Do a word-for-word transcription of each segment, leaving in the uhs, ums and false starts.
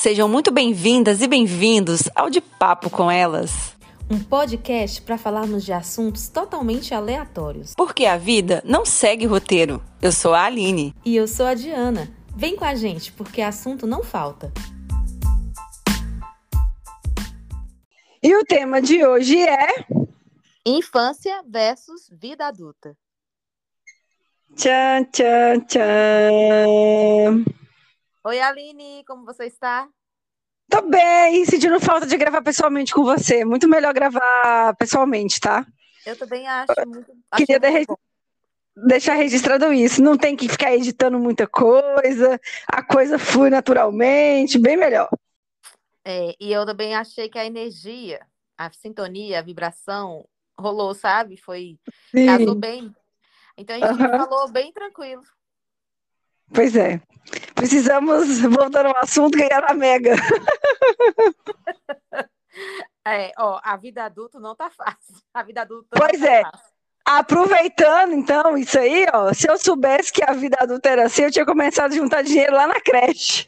Sejam muito bem-vindas e bem-vindos ao De Papo com Elas. Um podcast para falarmos de assuntos totalmente aleatórios. Porque a vida não segue roteiro. Eu sou a Aline. E eu sou a Diana. Vem com a gente, porque assunto não falta. E o tema de hoje é... Infância versus vida adulta. Tchan, tchan, tchan. Oi, Aline, como você está? Tô bem, sentindo falta de gravar pessoalmente com você. Muito melhor gravar pessoalmente, tá? Eu também acho muito... Queria muito de... bom. deixar registrado isso. Não tem que ficar editando muita coisa. A coisa flui naturalmente, bem melhor. É, e eu também achei que a energia, a sintonia, a vibração rolou, sabe? Foi... Sim. Casou bem. Então a gente Uhum. falou bem tranquilo. Pois é. Precisamos, voltando ao assunto, ganhar a Mega. É, ó, a vida adulta não tá fácil. A vida adulta Pois não tá é. fácil. Aproveitando, então, isso aí, ó, se eu soubesse que a vida adulta era assim, eu tinha começado a juntar dinheiro lá na creche.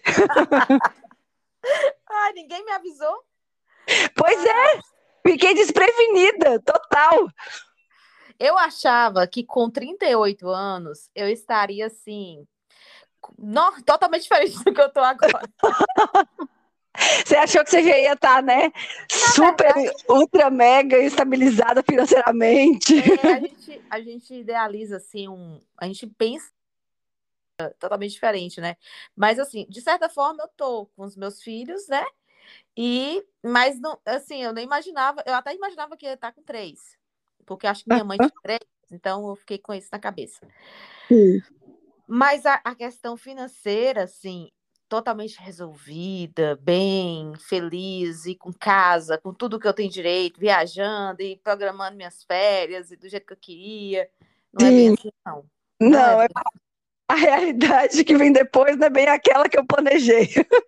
Ai, ninguém me avisou. Pois é, fiquei desprevenida, total. Eu achava que com trinta e oito anos eu estaria assim, no, totalmente diferente do que eu tô agora. Você achou que você já ia estar, né, super, verdade, ultra, mega estabilizada financeiramente. É, a, gente, a gente idealiza assim, um, a gente pensa totalmente diferente, né? Mas assim, de certa forma eu tô com os meus filhos, né? E, mas não, assim, eu nem imaginava, eu até imaginava que ia estar com três, porque eu acho que minha mãe tinha três, então eu fiquei com isso na cabeça. Sim. Mas a, a questão financeira, assim, totalmente resolvida, bem, feliz, e com casa, com tudo que eu tenho direito, viajando e programando minhas férias e do jeito que eu queria. Não é bem Sim. assim, não. Não, Não é é bem assim. a realidade que vem depois não é bem aquela que eu planejei.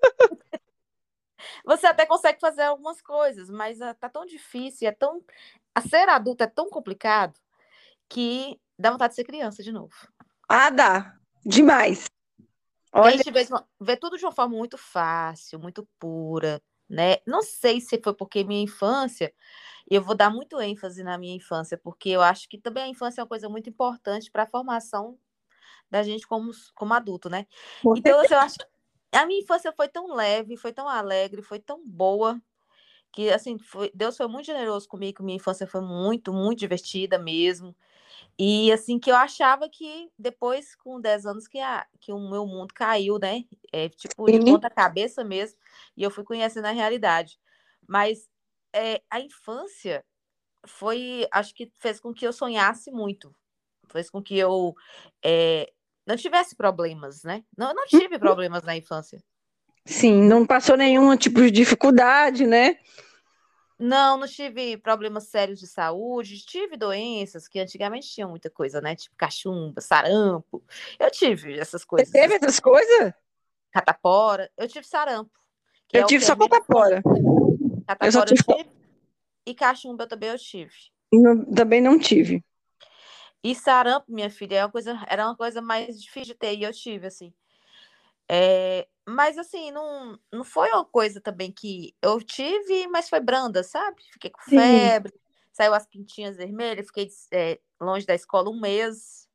Você até consegue fazer algumas coisas, mas ah, tá tão difícil, é tão... A ser adulto é tão complicado que dá vontade de ser criança de novo. Ah, dá. Demais. Porque a Olha, gente vê, vê tudo de uma forma muito fácil, muito pura, né? Não sei se foi porque minha infância, eu vou dar muito ênfase na minha infância, porque eu acho que também a infância é uma coisa muito importante para a formação da gente como, como adulto, né? com Então, certeza. assim, eu acho que a minha infância foi tão leve, foi tão alegre, foi tão boa, que, assim, foi, Deus foi muito generoso comigo, minha infância foi muito, muito divertida mesmo. E, assim, que eu achava que depois, com dez anos, que, a, que o meu mundo caiu, né? É, tipo, de Sim. ponta cabeça mesmo, e eu fui conhecendo a realidade. Mas é, a infância foi, acho que fez com que eu sonhasse muito. Fez com que eu é, não tivesse problemas, né? Não, eu não tive problemas na infância. Sim, não passou nenhum tipo de dificuldade, né? Não, não tive problemas sérios de saúde. Tive doenças que antigamente tinham muita coisa, né? Tipo cachumba, sarampo. Eu tive essas Você coisas, teve assim, essas coisas? catapora. Eu tive sarampo, que Eu é o tive que é só menos comum. catapora. Eu só Catapora eu tive. tive e cachumba eu também eu tive. Não- também não tive. E sarampo, minha filha, é uma coisa, era uma coisa mais difícil de ter e eu tive, assim. É, mas assim, não, não foi uma coisa também que eu tive, mas foi branda, sabe? Fiquei com Sim. febre, saiu as pintinhas vermelhas, fiquei é, longe da escola um mês,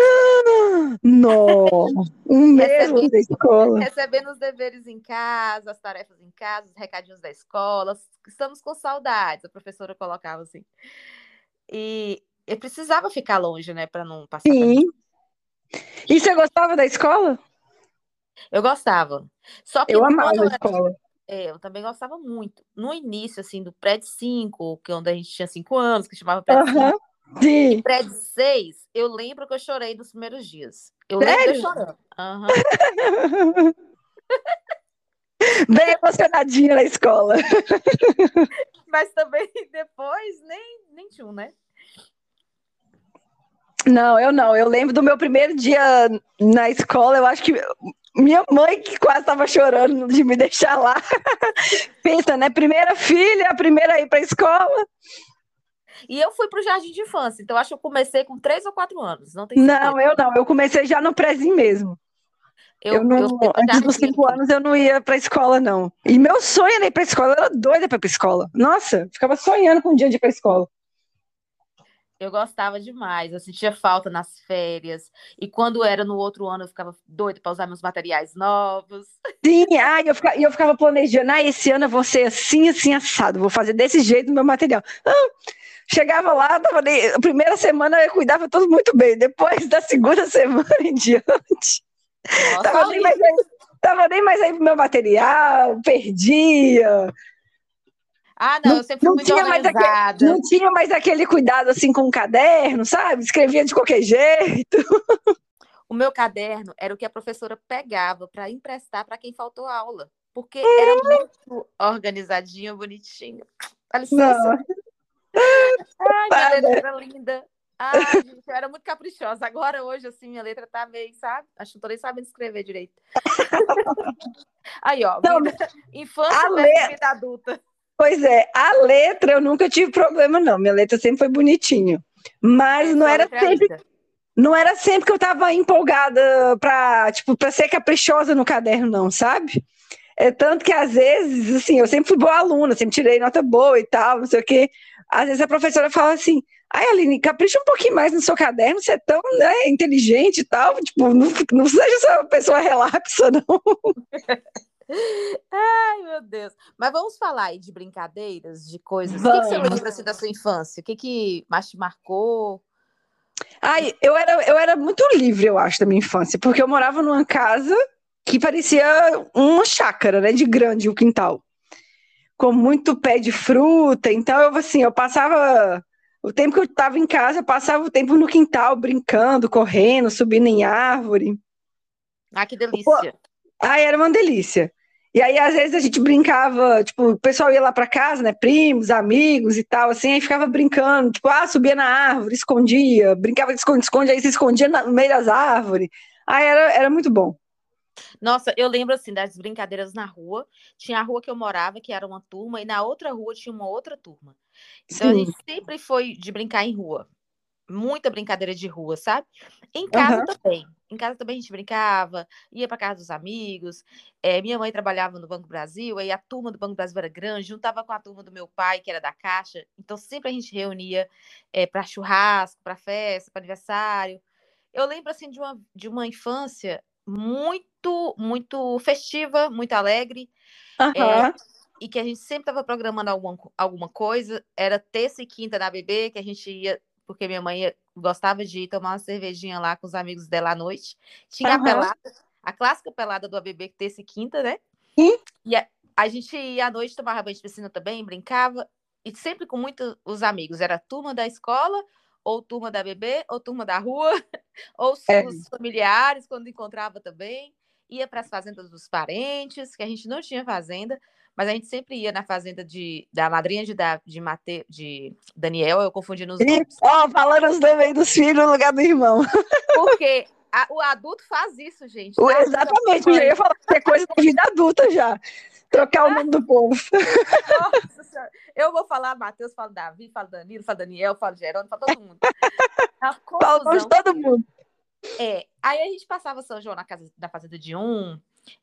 Nossa, um mês longe recebendo, da escola. recebendo os deveres em casa, as tarefas em casa, os recadinhos da escola. Estamos com saudades, a professora colocava assim. E eu precisava ficar longe, né, para não passar para ninguém. Sim. E você gostava da escola? Eu gostava. Só Eu que quando amava a eu escola. É, eu também gostava muito. No início, assim, do Prédio cinco, que é onde a gente tinha cinco anos, que chamava Prédio Aham. cinco, e Sim. Prédio seis, eu lembro que eu chorei nos primeiros dias. Eu lembro de eu Sério? chorando. Aham. Bem emocionadinha na escola. Mas também depois, nem, nem tinha, um, né? Não, eu não. Eu lembro do meu primeiro dia na escola. Eu acho que minha mãe que quase estava chorando de me deixar lá. Pensa, né? Primeira filha, a primeira a ir para a escola. E eu fui pro jardim de infância, então acho que eu comecei com três ou quatro anos, não tenho certeza. Não, eu não. Eu comecei já no prézinho mesmo. Eu Eu, eu não, fiz no antes dos jardim cinco aqui. anos eu não ia pra escola, não. E meu sonho era ir pra escola, eu era doida pra ir pra escola. Nossa, ficava sonhando com um dia de ir pra escola. Eu gostava demais, eu sentia falta nas férias. E quando era no outro ano, eu ficava doida para usar meus materiais novos. Sim, ah, e eu ficava, e eu ficava planejando, ah, esse ano eu vou ser assim, assim, assado, vou fazer desse jeito o meu material. Ah, chegava lá, tava nem, a primeira semana eu cuidava tudo muito bem, depois da segunda semana em diante, Nossa, tava nem Ali. mais aí, tava nem mais aí pro meu material, perdia, Ah, não, não, eu sempre fui não muito tinha mais aquele, não organizada. tinha mais aquele cuidado assim com o caderno, sabe? Escrevia de qualquer jeito. O meu caderno era o que a professora pegava para emprestar para quem faltou aula, porque era muito organizadinho, bonitinho. Dá licença. Não, Ai, minha letra nada. era linda. Ai, gente, eu era muito caprichosa. Agora, hoje, assim, minha letra tá meio, sabe? Acho que não tô nem sabendo escrever direito. Aí, ó, Não, vida... a infância versus le... vida adulta. Pois é, a letra eu nunca tive problema, não. Minha letra sempre foi bonitinho. Mas É, não sua era letra é sempre, linda. não era sempre que eu estava empolgada para, tipo, para ser caprichosa no caderno, não, sabe? É tanto que às vezes, assim, eu sempre fui boa aluna, sempre tirei nota boa e tal, não sei o quê. Às vezes a professora fala assim: ai, Aline, capricha um pouquinho mais no seu caderno, você é tão, né, inteligente e tal. Tipo, não, não seja essa pessoa relapsa, não. Ai, meu Deus. Mas vamos falar aí de brincadeiras, de coisas. O que, que você Vamos. lembra assim, da sua infância? O que, que mais te marcou? Ai, eu era, eu era muito livre, eu acho, da minha infância, porque eu morava numa casa que parecia uma chácara, né, de grande o quintal, com muito pé de fruta. Então, eu assim, eu passava o tempo que eu estava em casa, eu passava o tempo no quintal, brincando, correndo, subindo em árvore. Ah, que Pô, delícia. ai, era uma delícia. E aí, às vezes, a gente brincava, tipo, o pessoal ia lá para casa, né, primos, amigos e tal, assim, aí ficava brincando, tipo, ah, subia na árvore, escondia, brincava de esconde-esconde, aí se escondia no meio das árvores. Aí era, era muito bom. Nossa, eu lembro assim das brincadeiras na rua. Tinha a rua que eu morava, que era uma turma, e na outra rua tinha uma outra turma. Então a Sim. gente sempre foi de brincar em rua. Muita brincadeira de rua, sabe? Em casa Aham. também. Em casa também a gente brincava, ia para casa dos amigos. É, minha mãe trabalhava no Banco do Brasil, aí a turma do Banco do Brasil era grande, juntava com a turma do meu pai, que era da Caixa. Então sempre a gente reunia é, para churrasco, para festa, para aniversário. Eu lembro assim de uma, de uma infância muito, muito festiva, muito alegre, é, Aham. e que a gente sempre estava programando alguma, alguma coisa. Era terça e quinta na B B, que a gente ia, porque minha mãe ia- gostava de ir tomar uma cervejinha lá com os amigos dela à noite. Tinha a Aham. pelada, a clássica pelada do A B B, terça e quinta, né? Sim. E a, a gente ia à noite, tomava banho de piscina também, brincava, e sempre com muitos os amigos. Era turma da escola, ou turma da B B, ou turma da rua, ou os, É. os familiares, quando encontrava também. Ia para as fazendas dos parentes, que a gente não tinha fazenda, mas a gente sempre ia na fazenda de, da madrinha de, da, de, Mate, de Daniel, eu confundindo os E, nomes. ó, falando os nomes aí dos filhos no lugar do irmão. Porque a, o adulto faz isso, gente, O- tá? Avisa a Exatamente, eu já ia mãe. falar que é coisa da vida adulta já. Trocar o nome do povo. Nossa Senhora. Eu vou falar Matheus, falo Davi, falo Danilo, falo Daniel, falo Gerônimo, falo todo mundo. É uma Fala o nome de confusão. todo mundo. É, aí a gente passava São João na casa da fazenda de um,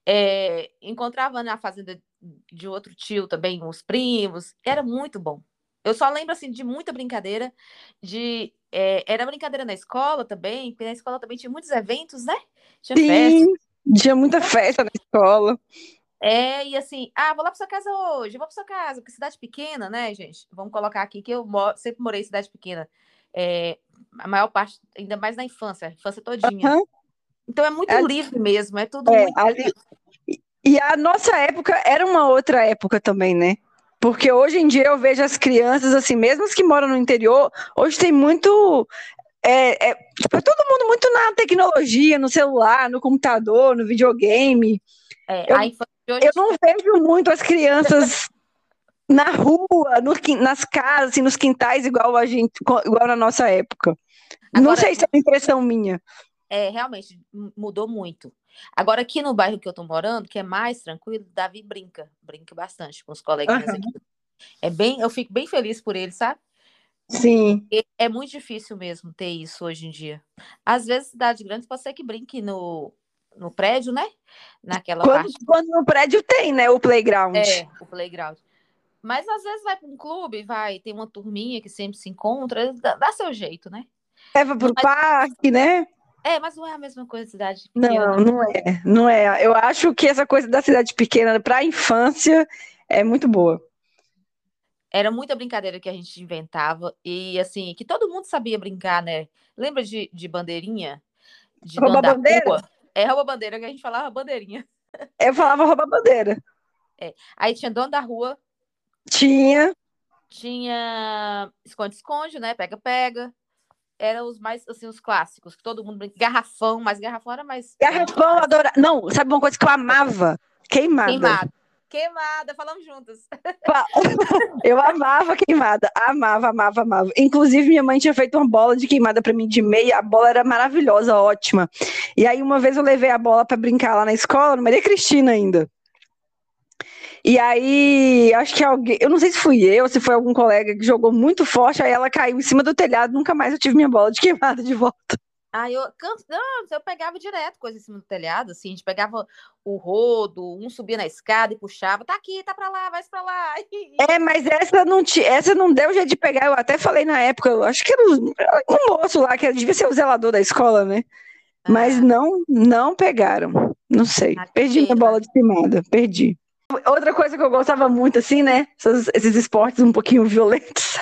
é, encontrava na fazenda de outro tio também, uns primos, era muito bom. Eu só lembro assim de muita brincadeira, de é, era brincadeira na escola também, porque na escola também tinha muitos eventos, né? Tinha festa. Sim, tinha muita Então, festa na escola. é, e assim, ah, vou lá pra sua casa hoje, vou pra sua casa, porque cidade pequena, né, gente? Vamos colocar aqui que eu mo- sempre morei em cidade pequena. É, a maior parte, ainda mais na infância, a infância todinha. Aham. Então é muito Ali- livre mesmo, é tudo É, muito. ali- e a nossa época era uma outra época também, né? Porque hoje em dia eu vejo as crianças, assim, mesmo as que moram no interior, hoje tem muito. É, é, tipo, é todo mundo muito na tecnologia, no celular, no computador, no videogame. É, Eu, a infância de hoje é eu não diferente. vejo muito as crianças na rua, no quin- nas casas, assim, nos quintais, igual a gente, igual na nossa época. Não Agora, sei se é uma impressão minha. é, realmente m- mudou muito. Agora, aqui no bairro que eu tô morando, que é mais tranquilo, Davi brinca, brinca bastante com os coleguinhas aqui. Aham. É bem, eu fico bem feliz por ele, sabe? Sim. E é muito difícil mesmo ter isso hoje em dia. Às vezes, cidade grande pode ser que brinque no, no prédio, né? Naquela Quando, parte. quando no prédio tem, né, o playground. É, o playground. Mas às vezes vai para um clube, vai, tem uma turminha que sempre se encontra, dá, dá seu jeito, né? Leva Não pro é, parque, né? é, mas não é a mesma coisa de cidade pequena, Não, não. não é, não é. Eu acho que essa coisa da cidade pequena para a infância é muito boa. Era muita brincadeira que a gente inventava e, assim, que todo mundo sabia brincar, né? Lembra de, de bandeirinha? De dono Roubar da bandeira? rua? É rouba bandeira que a gente falava bandeirinha. Eu falava roubar bandeira. É. Aí tinha dono da rua, Tinha. tinha esconde-esconde, né? Pega-pega. Eram os mais, assim, os clássicos, que todo mundo brinca. Garrafão, mas garrafão era mais. A gente Garrafão, mais... adora. Não, sabe uma coisa que eu amava? Queimada. Queimada. Queimada, falamos juntas. Eu amava queimada. Amava, amava, amava. Inclusive, minha mãe tinha feito uma bola de queimada para mim de meia. A bola era maravilhosa, ótima. E aí, uma vez eu levei a bola para brincar lá na escola, no Maria Cristina ainda. E aí, acho que alguém, eu não sei se fui eu, se foi algum colega que jogou muito forte, aí ela caiu em cima do telhado, nunca mais eu tive minha bola de queimada de volta. Aí eu, não, eu pegava direto coisa em cima do telhado, assim, a gente pegava o rodo, um subia na escada e puxava, tá aqui, tá pra lá, vai pra lá. É, mas essa não, te, essa não deu jeito de pegar, eu até falei na época, eu acho que era um moço lá, que devia ser o zelador da escola, né? Mas Ah, não, não pegaram, não sei. ah, que Perdi minha pena. bola de queimada, perdi. Outra coisa que eu gostava muito, assim, né? Esses, esses esportes um pouquinho violentos,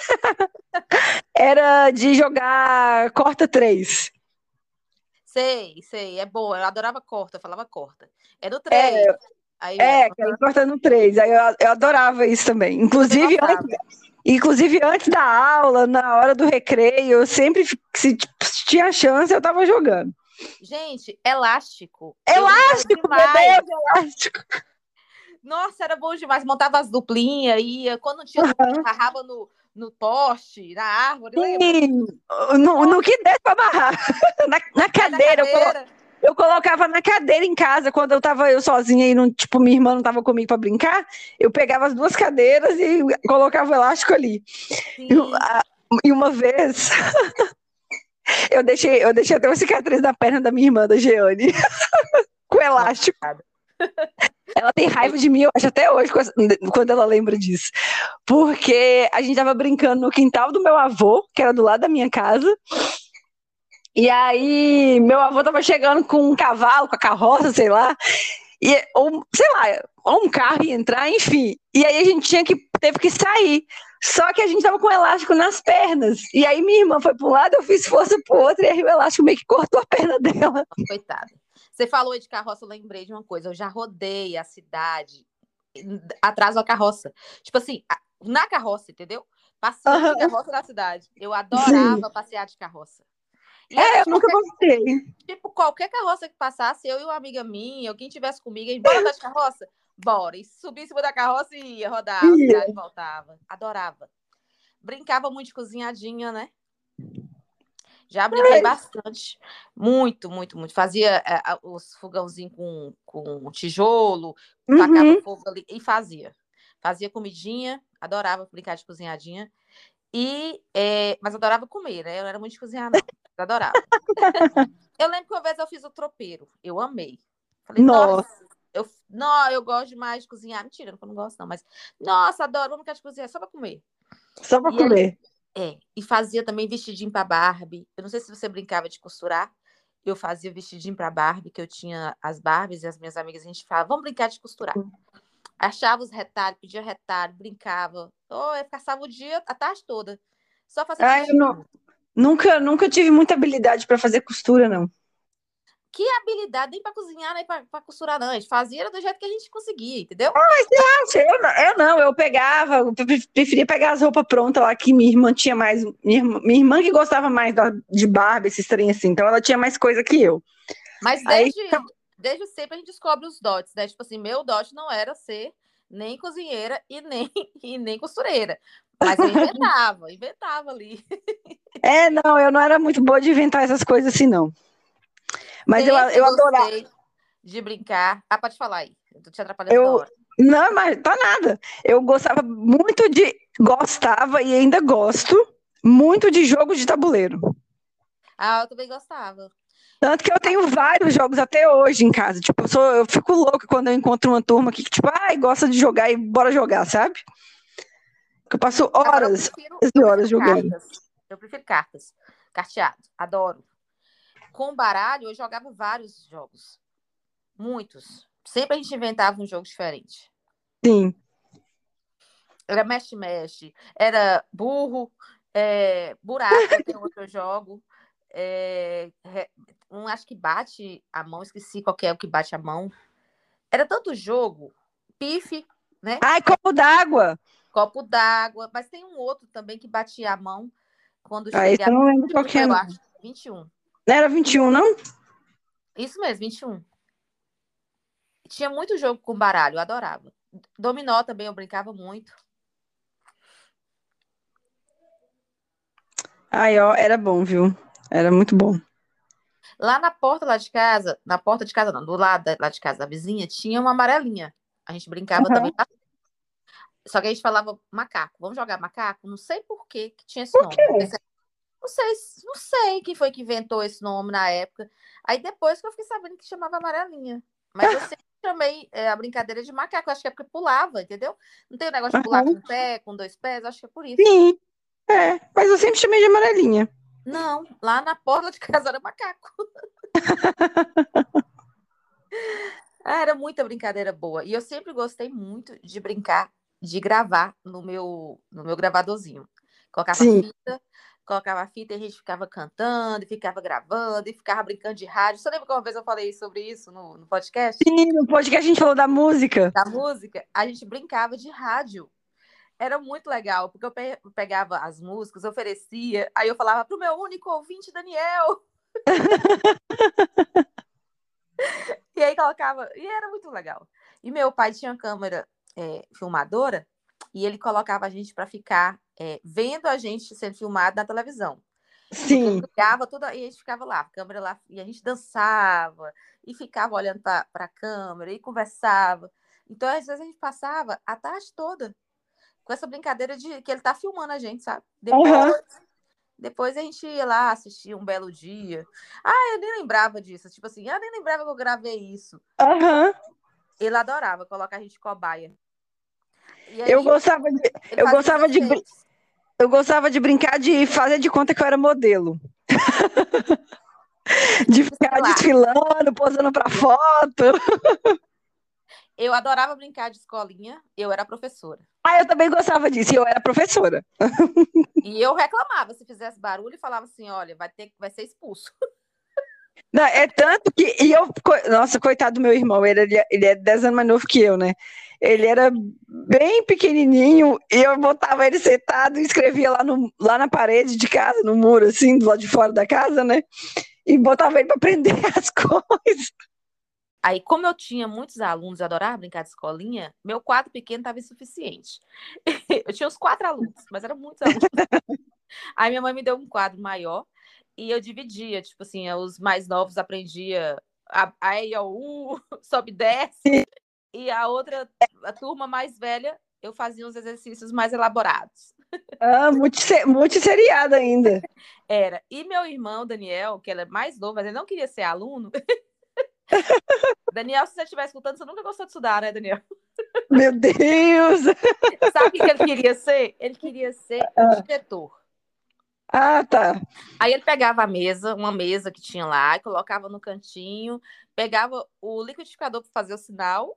era de jogar corta três. Sei, sei, é boa, eu adorava corta, eu falava corta. É no três. É, Aí, é, uhum, aquela cortando três. Aí eu, eu adorava isso também. eu também Inclusive gostava. antes, inclusive antes da aula, na hora do recreio, eu sempre, se tinha chance, eu tava jogando. Gente, elástico. Elástico, meu Deus, elástico. Nossa, era bom demais. Montava as duplinhas, ia. Quando tinha duplinha, agarrava no, no poste, na árvore, lembra? Sim, no, no que desse pra amarrar. Na, na cadeira, eu, colo, eu colocava na cadeira em casa, quando eu tava eu sozinha e não, tipo, minha irmã não tava comigo pra brincar, eu pegava as duas cadeiras e colocava o elástico ali. E, a, e uma vez, eu deixei, eu deixei até uma cicatriz na perna da minha irmã, da Geane, com elástico. Ela tem raiva de mim, eu acho, até hoje, quando ela lembra disso. Porque a gente tava brincando no quintal do meu avô, que era do lado da minha casa. E aí, meu avô tava chegando com um cavalo, com a carroça, sei lá. E, ou, sei lá, ou um carro ia entrar, enfim. E aí a gente tinha que, teve que sair. Só que a gente tava com o elástico nas pernas. E aí minha irmã foi para um lado, eu fiz força pro outro, e aí o elástico meio que cortou a perna dela. Coitada. Você falou aí de carroça, eu lembrei de uma coisa. Eu já rodei a cidade atrás da carroça. Tipo assim, na carroça, entendeu? Passeando uhum. de carroça na cidade. Eu adorava Sim. passear de carroça. E é, eu nunca gostei. Tipo, qualquer carroça que passasse, eu e uma amiga minha, ou quem tivesse comigo, e bora andar de carroça? Bora. E subia em cima da carroça e ia rodar, a cidade voltava. Adorava. Brincava muito de cozinhadinha, né? Já brinquei é. bastante. Muito, muito, muito. Fazia é, os fogãozinhos com, com tijolo, uhum. tacava fogo ali e fazia. Fazia comidinha, adorava brincar de cozinhadinha. E, é, mas adorava comer, né? Eu não era muito de cozinhar, não. Eu adorava. Eu lembro que uma vez eu fiz o tropeiro. Eu amei. Falei, nossa, nossa eu, não, eu gosto demais de cozinhar. Mentira, eu não gosto, não. Mas, nossa, adoro, vamos ficar de cozinhar só pra comer. Só pra e comer. Aí, é, e fazia também vestidinho pra Barbie. Eu não sei se você brincava de costurar. Eu fazia vestidinho pra Barbie, que eu tinha as Barbies e as minhas amigas, a gente falava, vamos brincar de costurar. Achava os retalhos, pedia retalho, brincava. Oh, eu passava o dia, a tarde toda. Só fazendo ah, eu não, nunca, nunca tive muita habilidade para fazer costura, não. Que habilidade, nem para cozinhar, nem para costurar, não. A gente fazia do jeito que a gente conseguia, entendeu? Ah, mas você acha? Eu não, eu não, eu pegava, eu preferia pegar as roupas prontas lá que minha irmã tinha mais. Minha irmã, minha irmã que gostava mais da, de Barbie, esses trem assim, então ela tinha mais coisa que eu. Mas desde, Aí, desde sempre a gente descobre os dotes, né? Tipo assim, meu dote não era ser nem cozinheira e nem, e nem costureira. Mas eu inventava, inventava ali. É, não, eu não era muito boa de inventar essas coisas assim, não. Mas eu, eu adorava. De brincar. Ah, pode falar aí. Eu tô te atrapalhando eu... toda hora. Não, mas tá nada. Eu gostava muito de. Gostava e ainda gosto muito de jogos de tabuleiro. Ah, eu também gostava. Tanto que eu tenho vários jogos até hoje em casa. Tipo, eu, sou, eu fico louca quando eu encontro uma turma que, tipo, ai, gosta de jogar e bora jogar, sabe? Que eu passo Agora eu horas prefiro, e eu horas prefiro jogando. cartas. Eu prefiro cartas. Carteado. Adoro. Com baralho, eu jogava vários jogos. Muitos. Sempre a gente inventava um jogo diferente. Sim. Era mexe-mexe, era burro, é, buraco, tem outro jogo. É, um acho que bate a mão, esqueci qual que é o que bate a mão. Era tanto jogo, pife, né? Ai, copo d'água! Copo d'água, mas tem um outro também que batia a mão quando Ah, esse eu chegava não lembro qual vinte e um, que é, eu não. acho. vinte e um. Não era vinte e um, não? Isso mesmo, vinte e um. Tinha muito jogo com baralho, eu adorava. Dominó também eu brincava muito. Ai, ó, era bom, viu? Era muito bom. Lá na porta lá de casa, na porta de casa não, do lado da, lá de casa da vizinha, tinha uma amarelinha. A gente brincava também. Uhum. Só que a gente falava macaco. Vamos jogar macaco? Não sei por que que tinha esse Por nome. quê? Não sei, não sei quem foi que inventou esse nome na época. Aí depois que eu fiquei sabendo que chamava amarelinha. Mas eu sempre chamei é, a brincadeira de macaco. Acho que é porque pulava, entendeu? Não tem o negócio de pular com Uhum. um pé, com dois pés. Acho que é por isso. Sim, é. Mas eu sempre chamei de amarelinha. Não, lá na porta de casa era macaco. Ah, era muita brincadeira boa. E eu sempre gostei muito de brincar, de gravar no meu, no meu gravadorzinho. Colocava Sim. fita, colocava fita e a gente ficava cantando, e ficava gravando, e ficava brincando de rádio. Você lembra que uma vez eu falei sobre isso no, no podcast? Sim, no podcast a gente falou da música. Da música? A gente brincava de rádio. Era muito legal, porque eu pe- pegava as músicas, oferecia, aí eu falava pro meu único ouvinte, Daniel. E aí colocava, e era muito legal. E meu pai tinha câmera é, filmadora e ele colocava a gente para ficar é, vendo a gente sendo filmado na televisão. Porque ele Sim. ligava tudo e a gente ficava lá, a câmera lá, e a gente dançava e ficava olhando para a câmera e conversava. Então, às vezes, a gente passava a tarde toda com essa brincadeira de que ele tá filmando a gente, sabe? Depois, Uhum. depois a gente ia lá assistir um belo dia. Ah, eu nem lembrava disso. Tipo assim, eu nem lembrava que eu gravei isso. Uhum. Ele adorava colocar a gente de cobaia. E Eu aí, gostava de, ele eu fazia os gostava de, brin- efeitos. eu gostava de brincar de fazer de conta que eu era modelo. De ficar Sei lá. desfilando, posando pra foto. Eu adorava brincar de escolinha. Eu era professora. Ah, eu também gostava disso, e eu era professora. E eu reclamava se fizesse barulho e falava assim, olha, vai ter, vai ser expulso. Não, é tanto que. E eu, co- nossa, coitado do meu irmão, ele, ele, ele é dez anos mais novo que eu, né? Ele era bem pequenininho e eu botava ele sentado e escrevia lá, no, lá na parede de casa, no muro, assim, do lado de fora da casa, né? E botava ele para aprender as coisas. Aí, como eu tinha muitos alunos, eu adorava brincar de escolinha, meu quadro pequeno estava insuficiente. Eu tinha uns quatro alunos, mas eram muitos alunos. Aí minha mãe me deu um quadro maior e eu dividia, tipo assim, os mais novos aprendia a, a E, I, O, U, sobe e desce, e a outra, a turma mais velha, eu fazia uns exercícios mais elaborados. Ah, multisse- multisseriado ainda. Era. E meu irmão, Daniel, que ele é mais novo, mas ele não queria ser aluno. Daniel, se você estiver escutando, você nunca gostou de estudar, né, Daniel? Meu Deus! Sabe o que ele queria ser? Ele queria ser um diretor. Ah, tá. Aí ele pegava a mesa, uma mesa que tinha lá, e colocava no cantinho, pegava o liquidificador para fazer o sinal,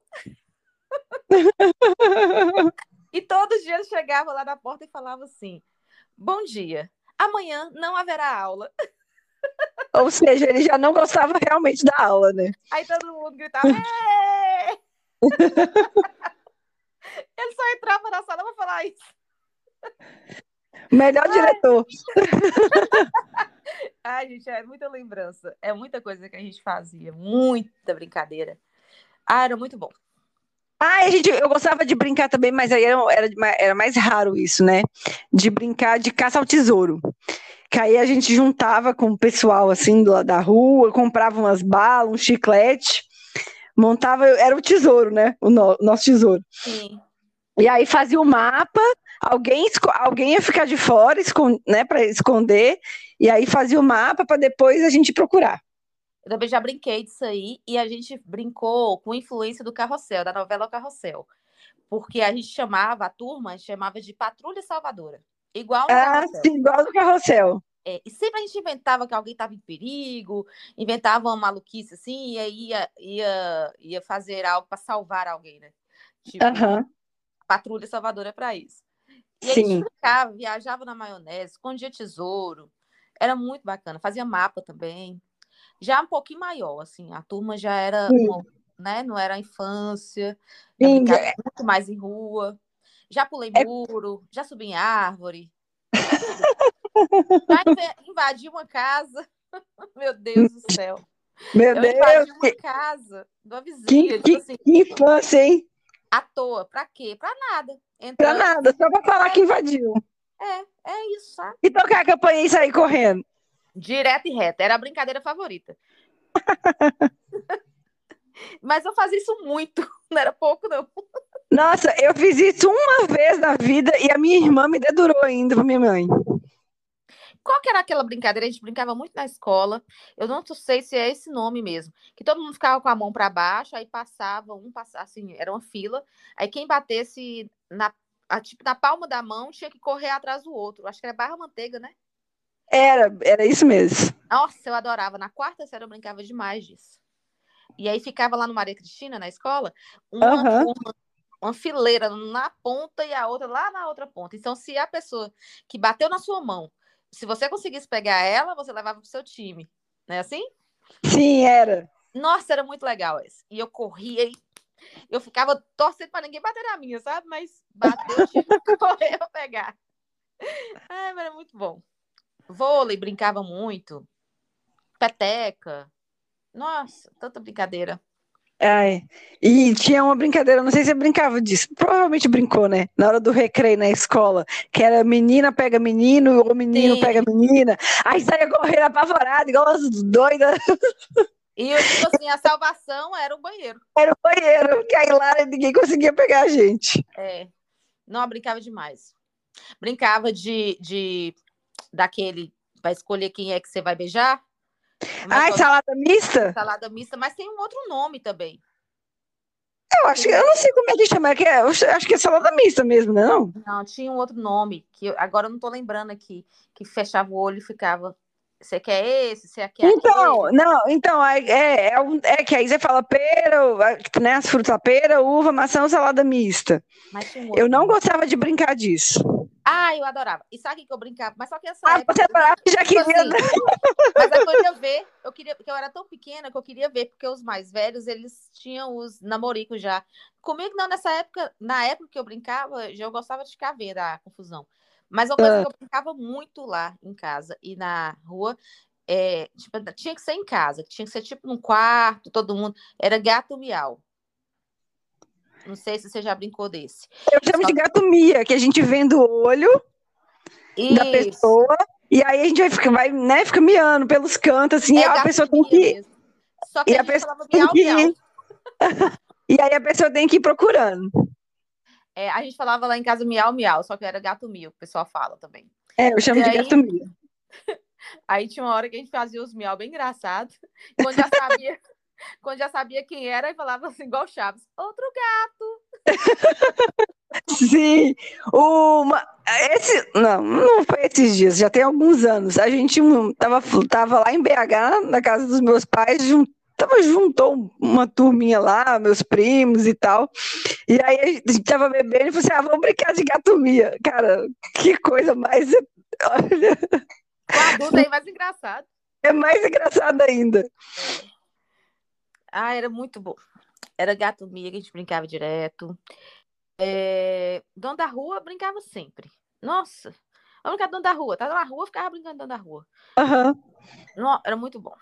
e todos os dias ele chegava lá na porta e falava assim: bom dia, amanhã não haverá aula. Ou seja, ele já não gostava realmente da aula, né? Aí todo mundo gritava: êêê! Ele só entrava na sala para falar isso. Melhor diretor. Ai, gente, é muita lembrança. É muita coisa que a gente fazia. Muita brincadeira. Ah, era muito bom. Ah, a gente, eu gostava de brincar também, mas aí era, era, era mais raro isso, né? De brincar de caça ao tesouro. Que aí a gente juntava com o pessoal, assim, lá da rua, comprava umas balas, um chiclete, montava, era o tesouro, né? O no, nosso tesouro. Sim. E aí fazia o mapa, alguém, alguém ia ficar de fora, escond, né, para esconder, e aí fazia o mapa para depois a gente procurar. Eu também já brinquei disso aí, e a gente brincou com influência do Carrossel, da novela Carrossel. Porque a gente chamava, a turma chamava de Patrulha Salvadora. Igual no Ah, Carrossel. sim, igual do carrossel. É, e sempre a gente inventava que alguém estava em perigo, inventava uma maluquice assim, e aí ia, ia, ia fazer algo para salvar alguém, né? Tipo, Aham, Patrulha Salvadora é para isso. E aí a gente sim. brincava, viajava na maionese, escondia tesouro. Era muito bacana. Fazia mapa também. Já um pouquinho maior, assim. A turma já era, Sim, uma, né? Não era a infância. Já sim, brincava já- muito mais em rua. Já pulei muro, já subi em árvore. Já inve- invadi uma casa. Meu Deus do céu. Meu Eu Deus, invadi uma que, casa da que, vizinha, tipo que- assim, que infância, hein? à toa. Pra quê? Pra nada. Pra Entrando nada, assim. só pra falar que invadiu. É, é isso, sabe? E tocar a campainha e sair correndo. Direto e reto. Era a brincadeira favorita. Mas eu fazia isso muito. Não era pouco, não. Nossa, eu fiz isso uma vez na vida e a minha irmã me dedurou ainda pra minha mãe. Qual que era aquela brincadeira? A gente brincava muito na escola. Eu não sei se é esse nome mesmo. Que todo mundo ficava com a mão para baixo, aí passava, um passava, assim, era uma fila. Aí quem batesse na, a, tipo, na palma da mão tinha que correr atrás do outro. Acho que era barra manteiga, né? Era, era isso mesmo. Nossa, eu adorava. Na quarta série eu brincava demais disso. E aí ficava lá no Maria Cristina, na escola, uma Aham. turma, uma fileira na ponta e a outra lá na outra ponta. Então, se a pessoa que bateu na sua mão, se você conseguisse pegar ela, você levava pro seu time. Não é assim? Sim, era. Nossa, era muito legal esse. E eu corria e eu ficava torcendo para ninguém bater na minha, sabe? Mas bateu, eu tinha que correr pra pegar. Ai, mas era muito bom. Vôlei, brincava muito. Peteca. Nossa, tanta brincadeira. Ai. E tinha uma brincadeira, não sei se você brincava disso. Provavelmente brincou, né? Na hora do recreio na escola, que era menina pega menino ou menino pega Sim. menina. Aí saía correndo apavorado, igual as doidas. E eu, tipo assim, a salvação era o banheiro. Era o banheiro, que aí lá ninguém conseguia pegar a gente. É. Não, eu brincava demais. Brincava de, de daquele para escolher quem é que você vai beijar. Como é que Ai, é o nome? salada mista? Salada mista, mas tem um outro nome também. Eu acho que eu Tem- não sei como é que chama, é que é, eu acho que é salada mista mesmo, né? Não? Não, tinha um outro nome que eu- agora eu não tô lembrando aqui, que fechava o olho e ficava. Você quer esse? Você quer Então, aquele? não, então, é, é, é, um- é que aí você fala pera, né, as frutas, pera, uva, maçã, salada mista. Mas tinha um Eu outro não nome. gostava de brincar disso. Ah, eu adorava. E sabe o que eu brincava? Mas só que essa Ah, você época, adorava, já tipo queria. assim, mas eu queria ver, eu queria, porque eu era tão pequena que eu queria ver, porque os mais velhos, eles tinham os namoricos já. Comigo não, nessa época, na época que eu brincava, já eu gostava de ficar vendo a confusão. Mas uma coisa que Ah, eu brincava muito lá em casa e na rua, é, tipo, tinha que ser em casa, tinha que ser tipo num quarto, todo mundo, era gato miau. Não sei se você já brincou desse. eu chamo de Só gato mia, que a gente vendo o olho da isso. pessoa, e aí a gente vai, ficar, vai, né, fica miando pelos cantos, assim, e É a gato pessoa tem mia que. mesmo. Só que E a a gente pessoa falava tem miau, que miau. ir. E aí a pessoa tem que ir procurando. É, a gente falava lá em casa miau, miau, só que era gato mia, o pessoal fala também. É, eu E chamo de gato aí, mia. aí tinha uma hora que a gente fazia os miau bem engraçados. Quando já sabia, quando já sabia quem era, e falava assim, igual Chaves, outro gato. Sim, uma, esse, não, não foi esses dias, já tem alguns anos. A gente um, tava, tava lá em B H, na casa dos meus pais, jun, tava, juntou uma turminha lá, meus primos e tal. E aí a gente tava bebendo e falou assim: ah, vamos brincar de gato mia. Cara, que coisa mais. Olha, Com adulto aí mais engraçado. é mais engraçado ainda. É. Ah, era muito bom. Era gato mia que a gente brincava direto. É... Dono da rua brincava sempre. Nossa, vamos brincar de dono da rua. Tá na rua, ficava brincando de dono da rua. Aham. No- Era muito bom.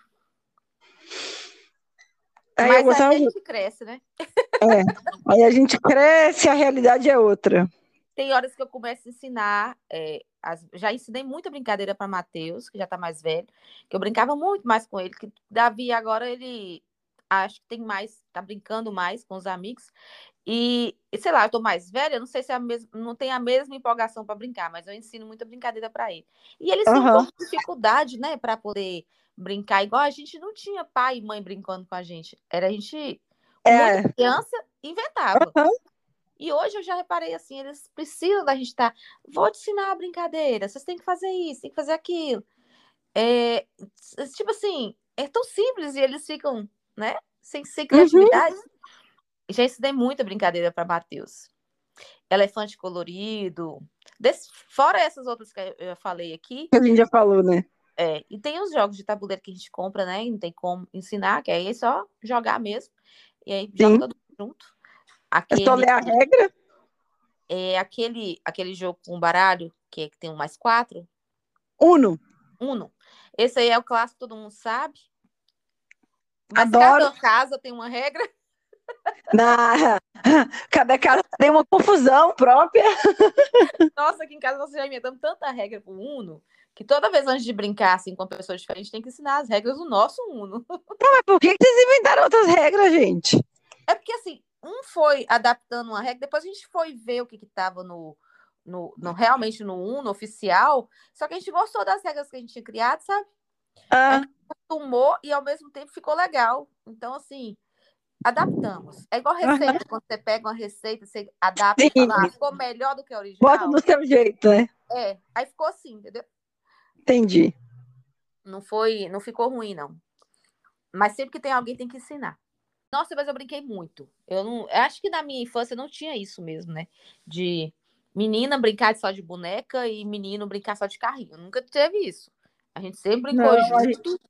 Aí eu Mas aí gostava. a gente cresce, né? É. Aí a gente cresce, a realidade é outra. Tem horas que eu começo a ensinar. É, as- já ensinei muita brincadeira para Matheus, que já tá mais velho, que eu brincava muito mais com ele. Que Davi agora ele acho que tem mais, tá brincando mais com os amigos. E, e, sei lá, eu tô mais velha, não sei se é a mesma, não tem a mesma empolgação para brincar, mas eu ensino muita brincadeira para ele. E eles têm um Aham. pouco de dificuldade, né, para poder brincar igual a gente não tinha pai e mãe brincando com a gente. Era a gente, É. muita criança, inventava. Uhum. E hoje eu já reparei assim, eles precisam da gente estar. Vou te ensinar a brincadeira, vocês têm que fazer isso, tem que fazer aquilo. É, tipo assim, é tão simples e eles ficam, né? Sem, sem criatividade. Uhum. Já ensinei muita brincadeira para Matheus. Elefante colorido. Desse, fora essas outras que eu falei aqui. Que a gente já falou, né? É, e tem os jogos de tabuleiro que a gente compra, né? E não tem como ensinar, que aí é só jogar mesmo. E aí Sim. joga todo mundo junto. Aquele, é só ler a regra? É aquele, aquele jogo com baralho, que, é, que tem um mais quatro. Uno. Uno. Esse aí é o clássico, todo mundo sabe. Mas Adoro. cada casa tem uma regra. Na... Cada casa tem uma confusão própria. Nossa, aqui em casa nós já inventamos tanta regra pro Uno, que toda vez antes de brincar assim, com pessoas diferentes, tem que ensinar as regras do nosso Uno. Não, mas por que vocês inventaram outras regras, gente? É porque assim, um foi adaptando uma regra, depois a gente foi ver o que estava no, no, no, realmente no Uno oficial, só que a gente gostou das regras que a gente tinha criado, sabe? Ah. A gente acostumou e ao mesmo tempo ficou legal. Então, assim, adaptamos. É igual receita, uhum. Quando você pega uma receita, você adapta e fala, ah, ficou melhor do que a original. Bota do seu jeito, né? É, aí ficou assim, entendeu? Entendi. Não foi, não ficou ruim, não. Mas sempre que tem alguém, tem que ensinar. Nossa, mas eu brinquei muito. Eu não, eu acho que na minha infância não tinha isso mesmo, né? De menina brincar só de boneca e menino brincar só de carrinho. Nunca teve isso. A gente sempre brincou não, junto. Gente...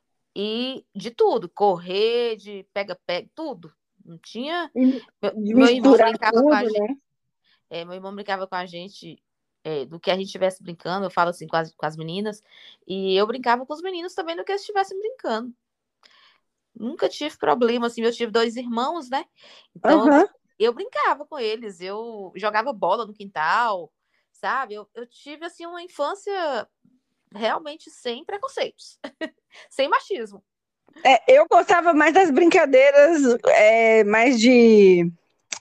E de tudo. Correr, de pega-pega, tudo. Não tinha... E, meu, de meu irmão brincava tudo, com a né? gente. É, meu irmão brincava com a gente é, do que a gente estivesse brincando. Eu falo assim com as, com as meninas. E eu brincava com os meninos também do que eles estivessem brincando. Nunca tive problema, assim, eu tive dois irmãos, né? Então, uhum. eu, eu brincava com eles, eu jogava bola no quintal, sabe? Eu, eu tive, assim, uma infância realmente sem preconceitos, sem machismo. É, eu gostava mais das brincadeiras, é, mais de...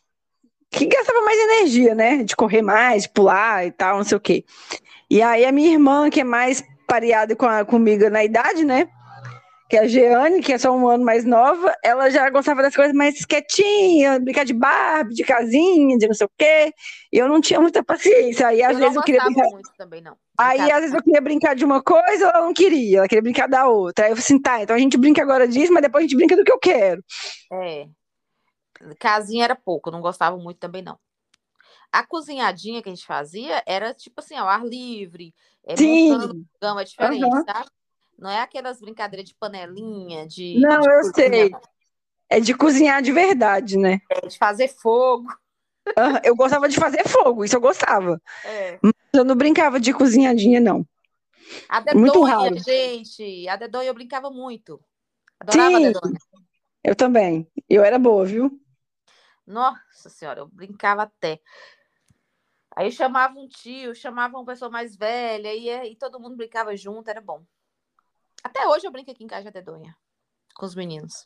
que gastava mais energia, né? De correr mais, de pular e tal, não sei o quê. E aí a minha irmã, que é mais pareada com a, comigo na idade, né? Que é a Jeane, que é só um ano mais nova, ela já gostava das coisas mais quietinhas, brincar de Barbie, de casinha, de não sei o quê. E eu não tinha muita paciência. Aí, às eu vezes, não eu queria gostava brincar... muito também, não. Aí, Brincar... às vezes, eu queria brincar de uma coisa, ela não queria, ela queria brincar da outra. Aí eu falei assim, tá, então a gente brinca agora disso, mas depois a gente brinca do que eu quero. É. Casinha era pouco, eu não gostava muito também, não. A cozinhadinha que a gente fazia era, tipo assim, ao ar livre, é, montando gama diferente, uhum. sabe? Não é aquelas brincadeiras de panelinha, de... Não, de eu cozinha, sei. não. É de cozinhar de verdade, né? É, de fazer fogo. Uhum. Eu gostava de fazer fogo, isso eu gostava. É. Mas eu não brincava de cozinhadinha, não. A dedonha, muito raro. Gente. A dedonha eu brincava muito. Adorava Sim, a dedonha. Eu também. Eu era boa, viu? Nossa senhora, eu brincava até. Aí chamava um tio, chamava uma pessoa mais velha, e, e todo mundo brincava junto, era bom. Até hoje eu brinco aqui em casa de dedonha, com os meninos.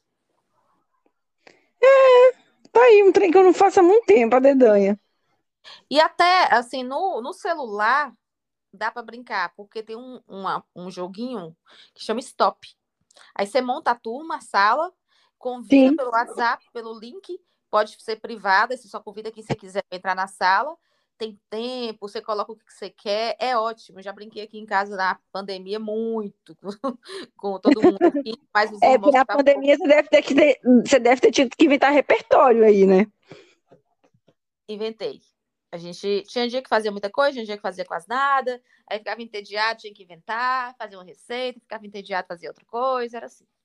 É, tá aí um trem que eu não faço há muito tempo, a dedanha. E até, assim, no, no celular, dá para brincar, porque tem um, uma, um joguinho que chama Stop. Aí você monta a turma, a sala, convida Sim. pelo WhatsApp, pelo link, pode ser privada, você só convida quem você quiser entrar na sala, tem tempo, você coloca o que você quer, é ótimo. Eu já brinquei aqui em casa na pandemia muito, com todo mundo aqui. Mas os é, na pandemia você deve, ter que ter, você deve ter tido que inventar repertório aí, né? Inventei. A gente tinha dia que fazia muita coisa, tinha dia que fazia quase nada, aí ficava entediado, tinha que inventar, fazer uma receita, ficava entediado, fazia outra coisa, era assim.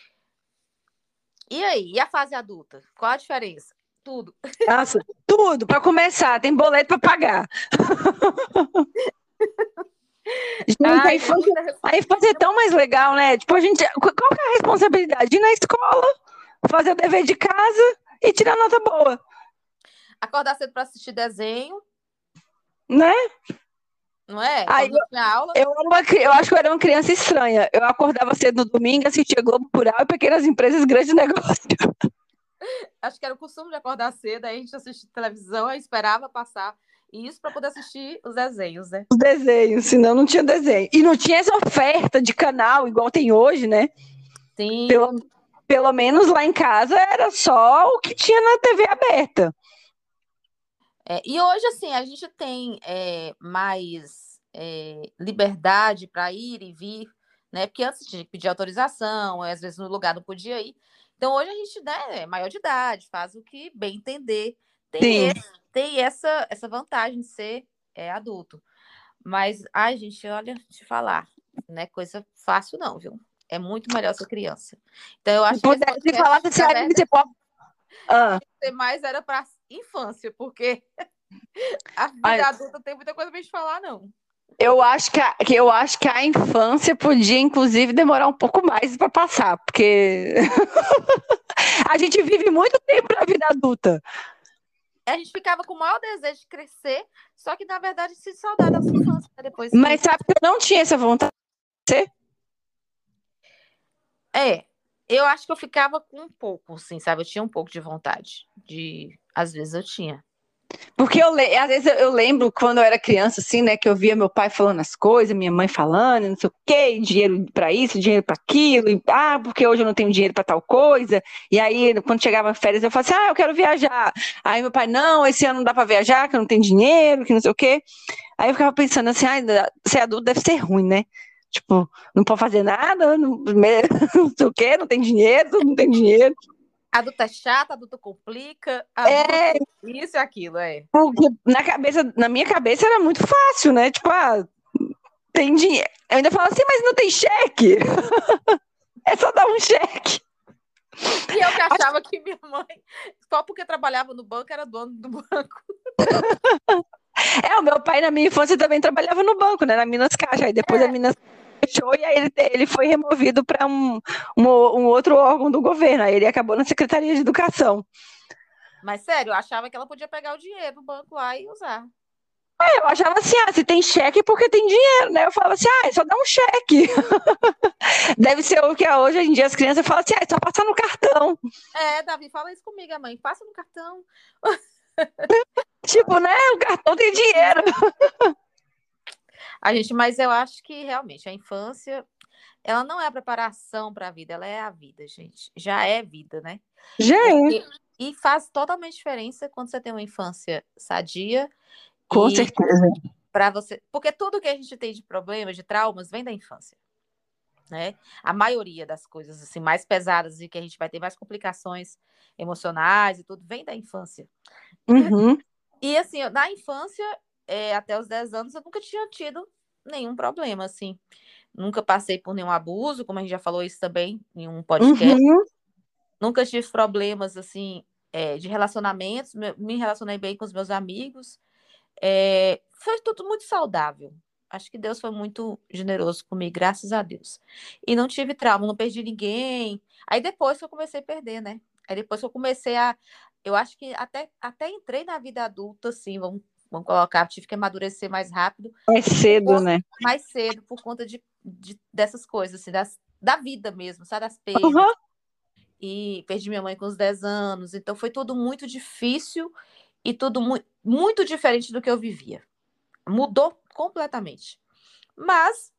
E aí, e a fase adulta? Qual a diferença? Tudo. Nossa, tudo, para começar, tem boleto para pagar. Gente, Ai, a, infância, a infância é tão mais legal, né? Tipo, a gente, qual que é a responsabilidade? Ir na escola, fazer o dever de casa e tirar nota boa. Acordar cedo para assistir desenho. Né? Não é? Aí, Quando eu tinha aula. Eu, era uma, eu acho que eu era uma criança estranha. Eu acordava cedo no domingo, assistia Globo Rural e Pequenas Empresas, Grande Negócio. Acho que era o costume de acordar cedo, aí a gente assistia televisão, aí esperava passar. E isso para poder assistir os desenhos, né? Os desenhos, senão não tinha desenho. E não tinha essa oferta de canal igual tem hoje, né? Sim. Pelo, pelo menos lá em casa era só o que tinha na T V aberta. É, e hoje, assim, a gente tem é, mais é, liberdade para ir e vir, né? Porque antes tinha que pedir autorização, às vezes no lugar não podia ir. Então, hoje a gente, né, é maior de idade, faz o que bem entender. Tem, Sim. esse, tem essa, essa vantagem de ser é, adulto. Mas, ai, gente, olha, te falar, não é coisa fácil, não, viu? É muito melhor ser criança. Então, eu Se acho que esse pudesse falar podcast, desse na anime, você verdade, pode. Ah, mais era para infância, porque a ai, vida adulta tem muita coisa pra gente falar, não. eu acho que a, que eu acho que a infância podia, inclusive, demorar um pouco mais para passar, porque a gente vive muito tempo na vida adulta. A gente ficava com o maior desejo de crescer, só que, na verdade, se saudade da nossa infância, né? Depois Mas que... sabe que eu não tinha essa vontade de ser? É, eu acho que eu ficava com um pouco, assim, sabe? Eu tinha um pouco de vontade. De... Às vezes eu tinha. Porque eu, le- às vezes eu, eu lembro quando eu era criança, assim, né, que eu via meu pai falando as coisas, minha mãe falando, e não sei o quê, e dinheiro para isso, dinheiro para aquilo, e, ah, porque hoje eu não tenho dinheiro para tal coisa. E aí, quando chegava férias, eu falava assim, ah, eu quero viajar. Aí meu pai, não, esse ano não dá para viajar, que eu não tenho dinheiro, que não sei o quê. Aí eu ficava pensando assim, ah, ser adulto deve ser ruim, né? Tipo, não pode fazer nada, não, não sei o quê, não tem dinheiro, não tem dinheiro. Adulto é chato, adulto complica, É, adulto isso e aquilo, é. porque na cabeça, na minha cabeça era muito fácil, né? Tipo, ah, tem dinheiro. Eu ainda falo assim, mas não tem cheque. É só dar um cheque. E eu que achava que minha mãe, só porque trabalhava no banco, era dono do banco. É, o meu pai na minha infância também trabalhava no banco, né? Na Minas Caixa. Aí depois É. a Minas fechou e aí ele, ele foi removido para um, um, um outro órgão do governo. Aí ele acabou na Secretaria de Educação. Mas, sério, eu achava que ela podia pegar o dinheiro do banco lá e usar. Eu achava assim, ah, se tem cheque, porque tem dinheiro, né? Eu falava assim, ah, é só dar um cheque. Deve ser o que é hoje em dia as crianças falam assim, ah, é só passar no cartão. É, Davi, fala isso comigo, a mãe. Passa no cartão. Tipo, né? O cartão tem dinheiro. A gente, mas eu acho que realmente a infância, ela não é a preparação para a vida, ela é a vida, gente. Já é vida, né? Gente, Porque, e faz totalmente diferença quando você tem uma infância sadia com e certeza. para você, porque tudo que a gente tem de problemas, de traumas, vem da infância, né? A maioria das coisas assim mais pesadas e que a gente vai ter mais complicações emocionais e tudo vem da infância. Uhum. E assim, na infância, é, até os dez anos, eu nunca tinha tido nenhum problema, assim. Nunca passei por nenhum abuso, como a gente já falou isso também em um podcast. Uhum. Nunca tive problemas, assim, é, de relacionamentos. Me, me relacionei bem com os meus amigos. É, foi tudo muito saudável. Acho que Deus foi muito generoso comigo, graças a Deus. E não tive trauma, não perdi ninguém. Aí depois que eu comecei a perder, né? Aí depois que eu comecei a. Eu acho que até, até entrei na vida adulta, assim, vamos, vamos colocar, tive que amadurecer mais rápido, Mais por cedo, conta- né? mais cedo, por conta de, de- dessas coisas, assim, das, da vida mesmo, sabe? Das perdas. Uhum. E perdi minha mãe com os dez anos, então foi tudo muito difícil e tudo mu muito diferente do que eu vivia. Mudou completamente. Mas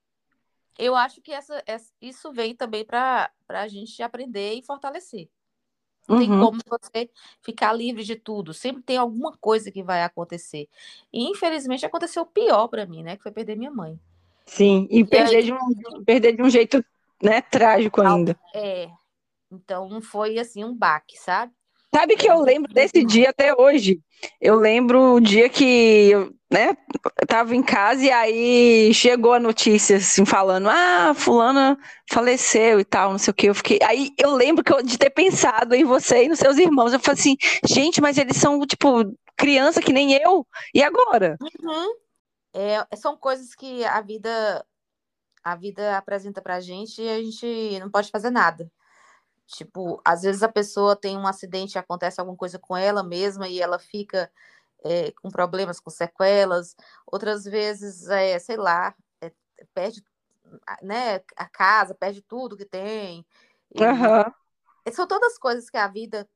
eu acho que essa, essa- isso vem também para a gente aprender e fortalecer. Não tem Uhum. como você ficar livre de tudo. Sempre tem alguma coisa que vai acontecer. E infelizmente aconteceu o pior para mim, né? Que foi perder minha mãe. Sim, e E aí, perder de um, perder de um jeito, né, trágico ainda. é, então não foi assim um baque, sabe? Sabe que É, eu lembro desse dia até hoje. Eu lembro o dia que eu, né, eu tava em casa e aí chegou a notícia assim falando: "Ah, fulana faleceu e tal, não sei o que". Eu fiquei, aí eu lembro que eu, de ter pensado em você e nos seus irmãos. Eu falei assim: "Gente, mas eles são tipo criança que nem eu. E agora?" Uhum. É, são coisas que a vida a vida apresenta pra gente e a gente não pode fazer nada. Tipo, às vezes a pessoa tem um acidente, acontece alguma coisa com ela mesma e ela fica é, com problemas, com sequelas. Outras vezes, é, sei lá, é, perde, né, a casa, perde tudo que tem. E Aham. são todas coisas que a vida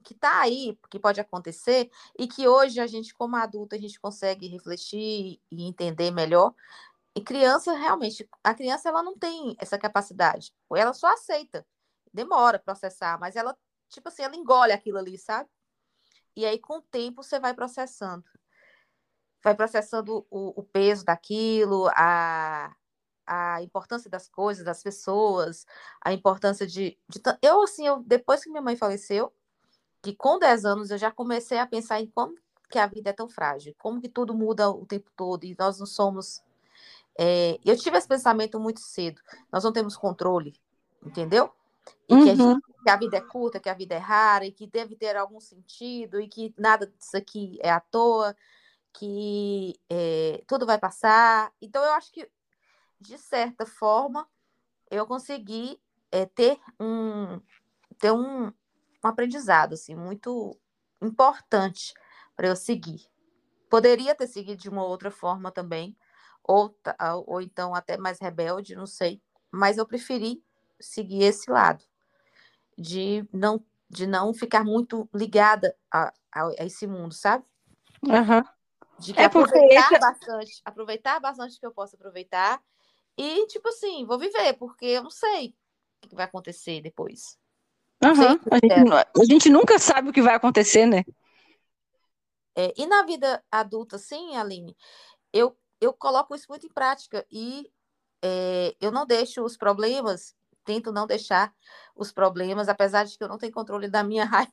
que tá aí, que pode acontecer, e que hoje a gente, como adulto, a gente consegue refletir e entender melhor. E criança, realmente, a criança ela não tem essa capacidade. Ela só aceita. Demora a processar, mas ela, tipo assim, ela engole aquilo ali, sabe? E aí, com o tempo, você vai processando. Vai processando o, o peso daquilo, a, a importância das coisas, das pessoas, a importância de, de... Eu, assim, eu, depois que minha mãe faleceu, que com dez anos eu já comecei a pensar em como que a vida é tão frágil, como que tudo muda o tempo todo, e nós não somos... É, eu tive esse pensamento muito cedo, nós não temos controle, entendeu? E que a, gente, Uhum. que a vida é curta, que a vida é rara, e que deve ter algum sentido, e que nada disso aqui é à toa, que é, tudo vai passar. Então, eu acho que, de certa forma, eu consegui é, ter um, ter um, um aprendizado assim, muito importante para eu seguir. Poderia ter seguido de uma outra forma também, ou, ou então até mais rebelde, não sei. Mas eu preferi seguir esse lado, de não, de não ficar muito ligada a, a, a esse mundo, sabe? Uhum. De que É porque aproveitar esse... bastante, aproveitar bastante que eu posso aproveitar, e, tipo assim, vou viver, porque eu não sei o que vai acontecer depois. Não sei o Uhum. que eu A gente, espero. a gente nunca sabe o que vai acontecer, né? É, e na vida adulta, sim, Aline, eu, eu coloco isso muito em prática e é, eu não deixo os problemas, tento não deixar os problemas, apesar de que eu não tenho controle da minha raiva,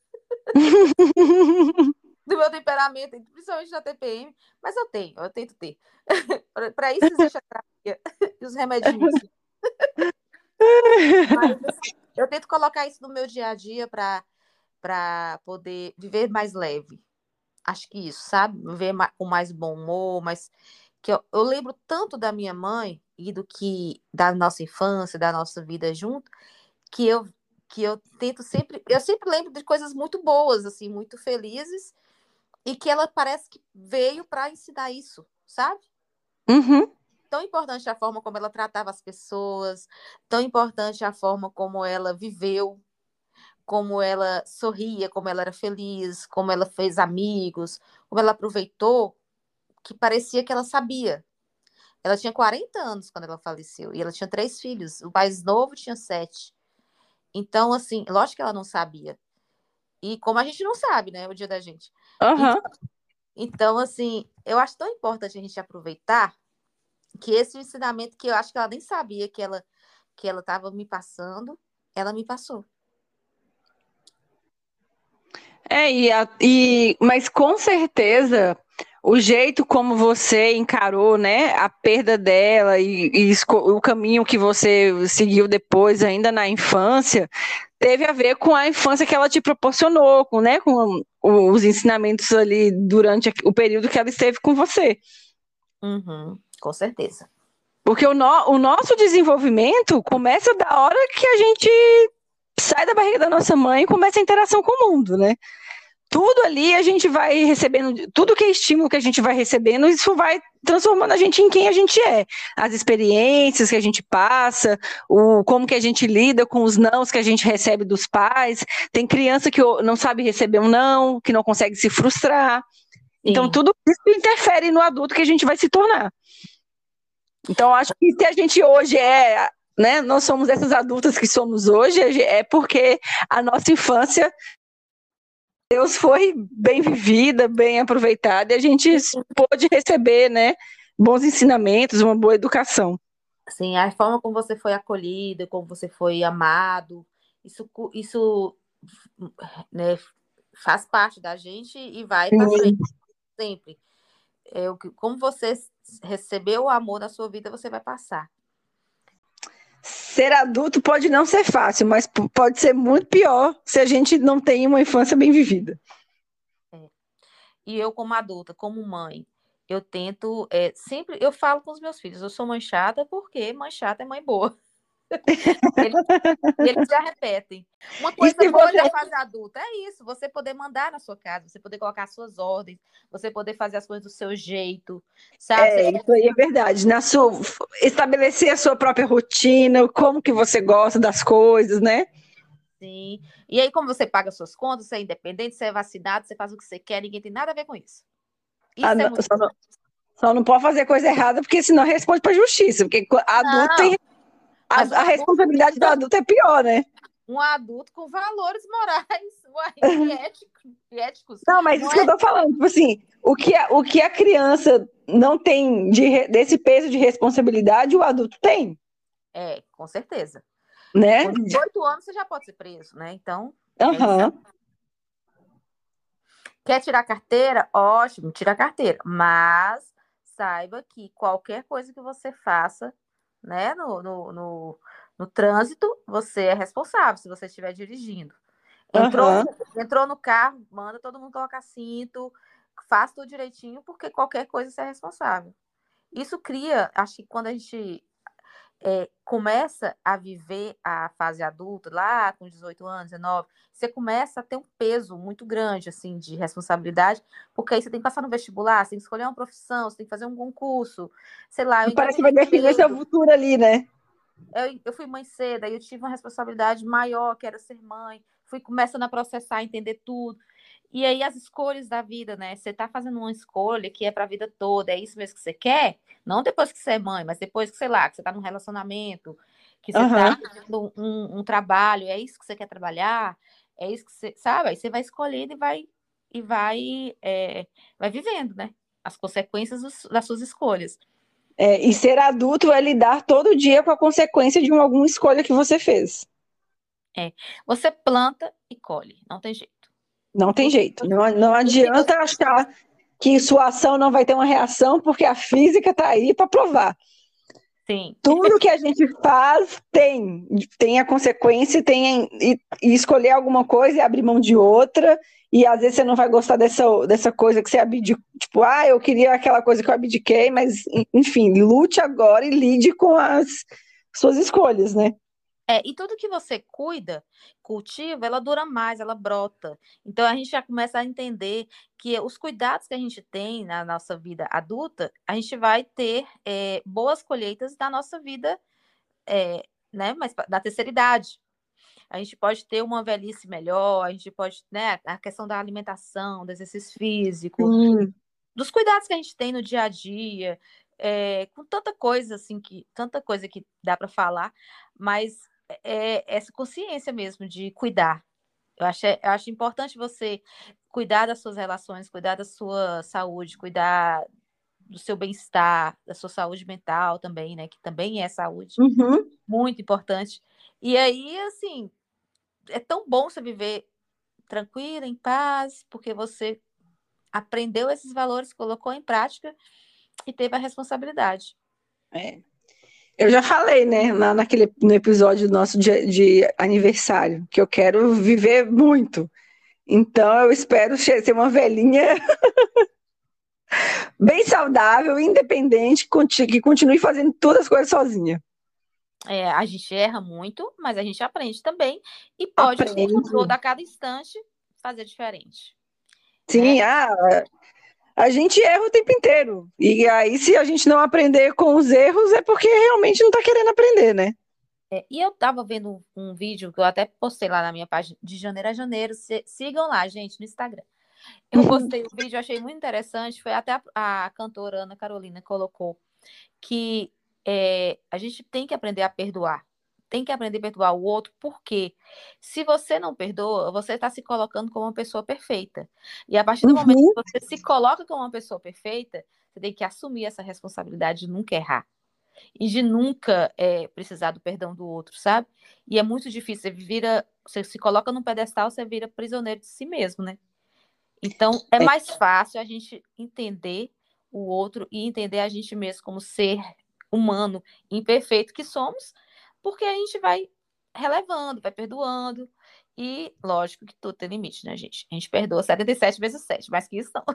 do meu temperamento, principalmente na T P M, mas eu tenho, eu tento ter. Para isso existe a terapia e os remedinhos. Mas assim, eu tento colocar isso no meu dia a dia para para poder viver mais leve. Acho que isso, sabe? Viver com mais bom humor, mas que eu, eu lembro tanto da minha mãe e do que da nossa infância, da nossa vida junto, que eu que eu tento sempre, eu sempre lembro de coisas muito boas, assim, muito felizes, e que ela parece que veio para ensinar isso, sabe? Uhum. Tão importante a forma como ela tratava as pessoas, tão importante a forma como ela viveu, como ela sorria, como ela era feliz, como ela fez amigos, como ela aproveitou, que parecia que ela sabia. Ela tinha quarenta anos quando ela faleceu, e ela tinha três filhos. O mais novo tinha sete. Então, assim, lógico que ela não sabia. E como a gente não sabe, né, o dia da gente. Uhum. Então, então, assim, eu acho tão importante a gente aproveitar que esse ensinamento que eu acho que ela nem sabia que ela que ela estava me passando, ela me passou. É, e, a- e- mas com certeza o jeito como você encarou, né, a perda dela e, e esco- o caminho que você seguiu depois, ainda na infância, teve a ver com a infância que ela te proporcionou, com, né, com o- os ensinamentos ali durante o período que ela esteve com você. Uhum, com certeza. Porque o, no- o nosso desenvolvimento começa da hora que a gente sai da barriga da nossa mãe e começa a interação com o mundo, né? Tudo ali a gente vai recebendo, tudo que é estímulo que a gente vai recebendo, isso vai transformando a gente em quem a gente é. As experiências que a gente passa, o como que a gente lida com os nãos que a gente recebe dos pais. Tem criança que não sabe receber um não, que não consegue se frustrar. Então, Sim. tudo isso interfere no adulto que a gente vai se tornar. Então, acho que se a gente hoje é, né, nós somos essas adultas que somos hoje, é porque a nossa infância Deus foi bem vivida, bem aproveitada, e a gente pôde receber, né, bons ensinamentos, uma boa educação. Sim, a forma como você foi acolhido, como você foi amado, isso, isso né, faz parte da gente e vai para frente sempre. É, o que- como você recebeu o amor na sua vida, você vai passar. Ser adulto pode não ser fácil, mas pode ser muito pior se a gente não tem uma infância bem vivida. É. E eu, como adulta, como mãe, eu tento é, sempre, eu falo com os meus filhos, eu sou mãe chata porque mãe chata é mãe boa. Eles, e eles já repetem. Uma E coisa se boa você... da fase adulta é isso, você poder mandar na sua casa, você poder colocar as suas ordens, você poder fazer as coisas do seu jeito, sabe? Você É, isso aí é verdade. Na sua, estabelecer a sua própria rotina, como que você gosta das coisas, né? Sim. E aí, como você paga suas contas, você é independente, você é vacinado, você faz o que você quer, ninguém tem nada a ver com isso. Ah, Isso é não, muito só, não, só não pode fazer coisa errada, porque senão responde pra justiça. Porque co- adulto não, tem. A, mas um a adulto, responsabilidade do adulto é pior, né? um adulto com valores morais uai, e éticos, e éticos. Não, mas Não isso que eu é. tô falando, tipo assim, o que a, o que a criança não tem de, re- desse peso de responsabilidade, o adulto tem, É, com certeza. né? Com dezoito anos você já pode ser preso, né? Então, é isso. Aham. Quer tirar carteira? Ótimo, tira a carteira. Mas saiba que qualquer coisa que você faça, né, no, no, no, no trânsito, você é responsável se você estiver dirigindo. Entrou, Aham. entrou no carro, manda todo mundo colocar cinto, faz tudo direitinho, porque qualquer coisa você é responsável. Isso cria, acho que quando a gente é, começa a viver a fase adulta, lá com dezoito anos, dezenove, você começa a ter um peso muito grande, assim, de responsabilidade, porque aí você tem que passar no vestibular, você tem que escolher uma profissão, você tem que fazer um concurso, sei lá, eu Parece que vai engravidei definir seu cedo, futuro ali, né? eu, eu fui mãe cedo, aí eu tive uma responsabilidade maior, que era ser mãe, fui começando a processar, entender tudo, e aí as escolhas da vida, né? Você tá fazendo uma escolha que é para a vida toda, é isso mesmo que você quer? Não depois que você é mãe, mas depois que, sei lá, que você tá num relacionamento, que você tá Aham. fazendo um, um trabalho, é isso que você quer trabalhar? É isso que você, sabe? Aí você vai escolhendo e vai e vai é, vai vivendo, né? As consequências dos- das suas escolhas. É, e ser adulto é lidar todo dia com a consequência de uma, alguma escolha que você fez. É, você planta e colhe, não tem jeito. Não tem O que, jeito. Não, não o que você, adianta achar que sua ação não vai ter uma reação, porque a física está aí para provar. sim, Tudo que a gente faz tem, tem a consequência, tem e, e escolher alguma coisa e abrir mão de outra, e às vezes você não vai gostar dessa, dessa coisa que você abdicou, tipo, ah, eu queria aquela coisa que eu abdiquei, mas enfim, lute agora e lide com as suas escolhas, né? é, e tudo que você cuida, cultiva, ela dura mais, ela brota. Então a gente já começa a entender que os cuidados que a gente tem na nossa vida adulta, a gente vai ter é, boas colheitas da nossa vida, é, né, mas da terceira idade. A gente pode ter uma velhice melhor, a gente pode, né, a questão da alimentação, do exercício físico, Sim. dos cuidados que a gente tem no dia a dia, é, com tanta coisa assim que tanta coisa que dá para falar, mas é essa consciência mesmo de cuidar. Eu acho, eu acho importante você cuidar das suas relações, cuidar da sua saúde, cuidar do seu bem-estar, da sua saúde mental também, né? Que também é saúde, Uhum. muito importante. E aí, assim, é tão bom você viver tranquila, em paz, porque você aprendeu esses valores, colocou em prática e teve a responsabilidade. É. Eu já falei, né, lá naquele, no episódio nosso de, de aniversário, que eu quero viver muito. Então, eu espero che- ser uma velhinha bem saudável, independente, conti- que continue fazendo todas as coisas sozinha. É, a gente erra muito, mas a gente aprende também e pode, o tempo Aprende. todo, a cada instante, fazer diferente, né? Sim, ah, a gente erra o tempo inteiro. E aí, se a gente não aprender com os erros, é porque realmente não está querendo aprender, né? É, e eu tava vendo um, um vídeo que eu até postei lá na minha página de janeiro a janeiro. Se- sigam lá, gente, no Instagram. Eu postei o vídeo, achei muito interessante. Foi até a, a cantora Ana Carolina colocou que é, a gente tem que aprender a perdoar. Tem que aprender a perdoar o outro, porque se você não perdoa, você está se colocando como uma pessoa perfeita. E a partir do momento Uhum. que você se coloca como uma pessoa perfeita, você tem que assumir essa responsabilidade de nunca errar e de nunca é, precisar do perdão do outro, sabe? E é muito difícil, você vira, você se coloca num pedestal, você vira prisioneiro de si mesmo, né? Então, é É, mais fácil a gente entender o outro e entender a gente mesmo como ser humano imperfeito que somos, porque a gente vai relevando, vai perdoando. E lógico que tudo tem limite, né, gente? A gente perdoa setenta e sete vezes sete, mas que isso não.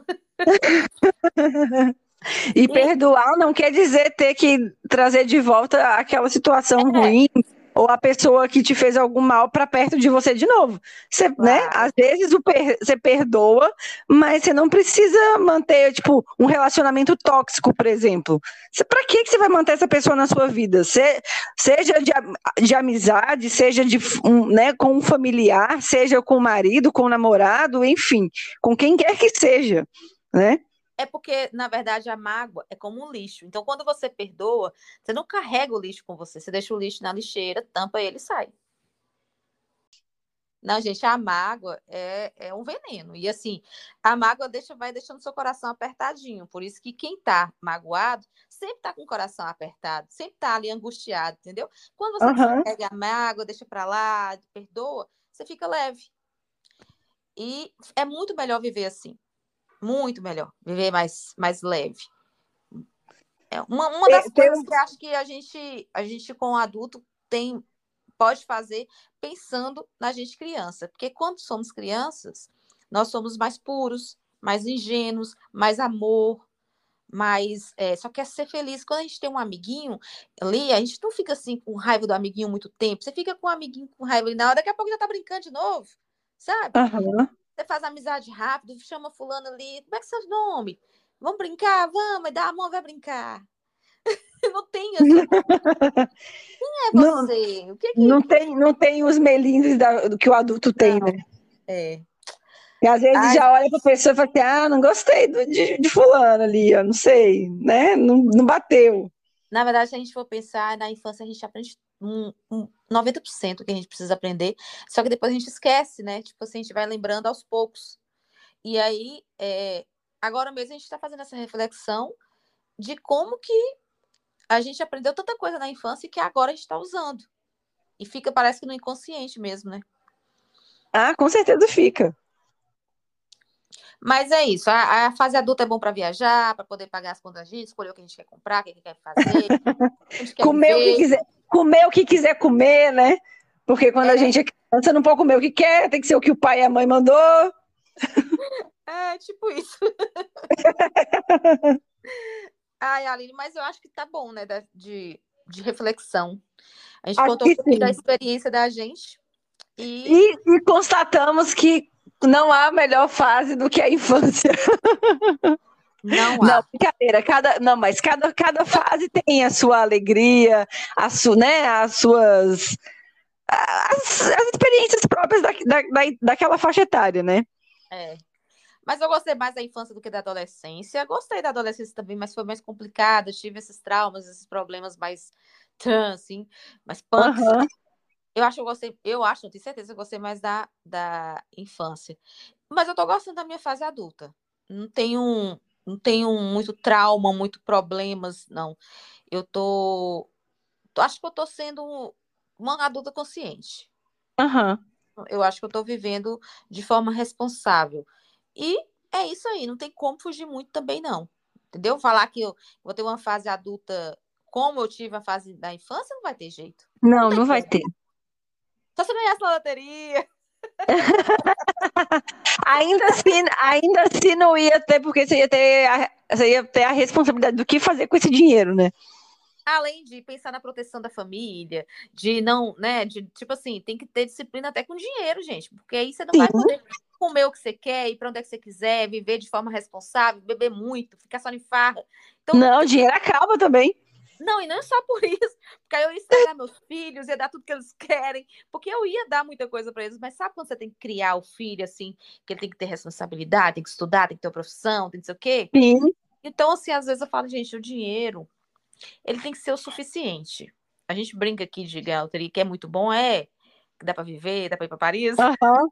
e E perdoar não quer dizer ter que trazer de volta aquela situação é, ruim. ou a pessoa que te fez algum mal para perto de você de novo. Você, né? Claro. Às vezes o per- você perdoa, mas você não precisa manter, tipo, um relacionamento tóxico, por exemplo. Para que que você vai manter essa pessoa na sua vida? Se- seja de, am- de amizade, seja de, f- um, né, com um familiar, seja com o marido, com o namorado, enfim, com quem quer que seja, né? É porque, na verdade, a mágoa é como um lixo. Então, quando você perdoa, você não carrega o lixo com você. Você deixa o lixo na lixeira, tampa ele e sai. Não, gente, a mágoa é, é um veneno. E assim, a mágoa deixa, vai deixando seu coração apertadinho. Por isso que quem tá magoado sempre tá com o coração apertado, sempre tá ali angustiado, entendeu? Quando você Aham. descarrega a mágoa, deixa pra lá, perdoa, você fica leve. E é muito melhor viver assim. Muito melhor. Viver mais, mais leve. É uma, uma Tem- das tem coisas um- que acho que a gente, a gente com adulto tem pode fazer pensando na gente criança, porque quando somos crianças, nós somos mais puros, mais ingênuos, mais amor, mais é, só quer ser feliz. Quando a gente tem um amiguinho ali, a gente não fica assim com raiva do amiguinho muito tempo. Você fica com o amiguinho com raiva ali na hora, daqui a pouco já tá brincando de novo, sabe? Aham. Você faz amizade rápido, chama fulano ali, como é que é seu nome? Vamos brincar? Vamos, dá a mão, vai brincar. Não tem assim, quem é Não, você? O que não que. tem, não tem os melindres da- do que o adulto tem, né? Não, é. E às vezes Ai, já olha para a pessoa e fala assim, ah, não gostei do- de, de fulano ali, ó, não sei, né? Não, não bateu. na verdade, se a gente for pensar, na infância a gente aprende um, um noventa por cento que a gente precisa aprender, só que depois a gente esquece, né? Tipo assim, a gente vai lembrando aos poucos. E aí, é, agora mesmo a gente está fazendo essa reflexão de como que a gente aprendeu tanta coisa na infância e que agora a gente está usando. E fica, parece que no inconsciente mesmo, né? Ah, com certeza fica. Mas é isso, a, a fase adulta é bom para viajar, para poder pagar as contas da gente, escolher o que a gente quer comprar, o que a gente quer fazer, o que a gente quer Comer o que viver. quiser, comer o que quiser comer, né? Porque quando a É, gente é criança não pode comer o que quer, tem que ser o que o pai e a mãe mandou. é tipo isso. Ai, Aline, mas eu acho que tá bom, né, da- de, de reflexão. A gente Acho contou um que pouquinho da sim. experiência da gente e E, e constatamos que não há melhor fase do que a infância. não Não, há. brincadeira. Cada, não, mas cada, cada fase tem a sua alegria, a su, né, as suas as, as experiências próprias da, da, da, daquela faixa etária, né? É. Mas eu gostei mais da infância do que da adolescência. Gostei da adolescência também, mas foi mais complicada. Tive esses traumas, esses problemas mais tchan, assim, mais punks. Aham. Eu acho que eu gostei, eu acho, não tenho certeza, eu gostei mais da, da infância. Mas eu tô gostando da minha fase adulta. Não tenho, não tenho muito trauma, muito problemas, não. Eu tô, acho que eu tô sendo uma adulta consciente. Aham. Eu acho que eu tô vivendo de forma responsável. E é isso aí, não tem como fugir muito também, não. Entendeu? Falar que eu vou ter uma fase adulta como eu tive a fase da infância, não vai ter jeito. Não Não, tem não vai como. ter. Só se eu ganhasse na loteria. Ainda assim, ainda assim não ia ter, porque você ia ter a, você ia ter a responsabilidade do que fazer com esse dinheiro, né? Além de pensar na proteção da família, de não, né, de tipo assim, tem que ter disciplina até com dinheiro, gente, porque aí você não vai Sim. poder comer o que você quer, ir para onde é que você quiser, viver de forma responsável, beber muito, ficar só em farra. Então, Não, tem que... dinheiro acaba também. não, e não é só por isso, porque aí eu ia estragar meus filhos, ia dar tudo que eles querem, porque eu ia dar muita coisa para eles, mas sabe quando você tem que criar o filho assim, que ele tem que ter responsabilidade, tem que estudar, tem que ter uma profissão, tem que ser o quê? Sim. Então, assim, às vezes eu falo, gente, o dinheiro ele tem que ser o suficiente. A gente brinca aqui de ganhar loteria, que é muito bom, é, que dá para viver, dá para ir para Paris, Aham.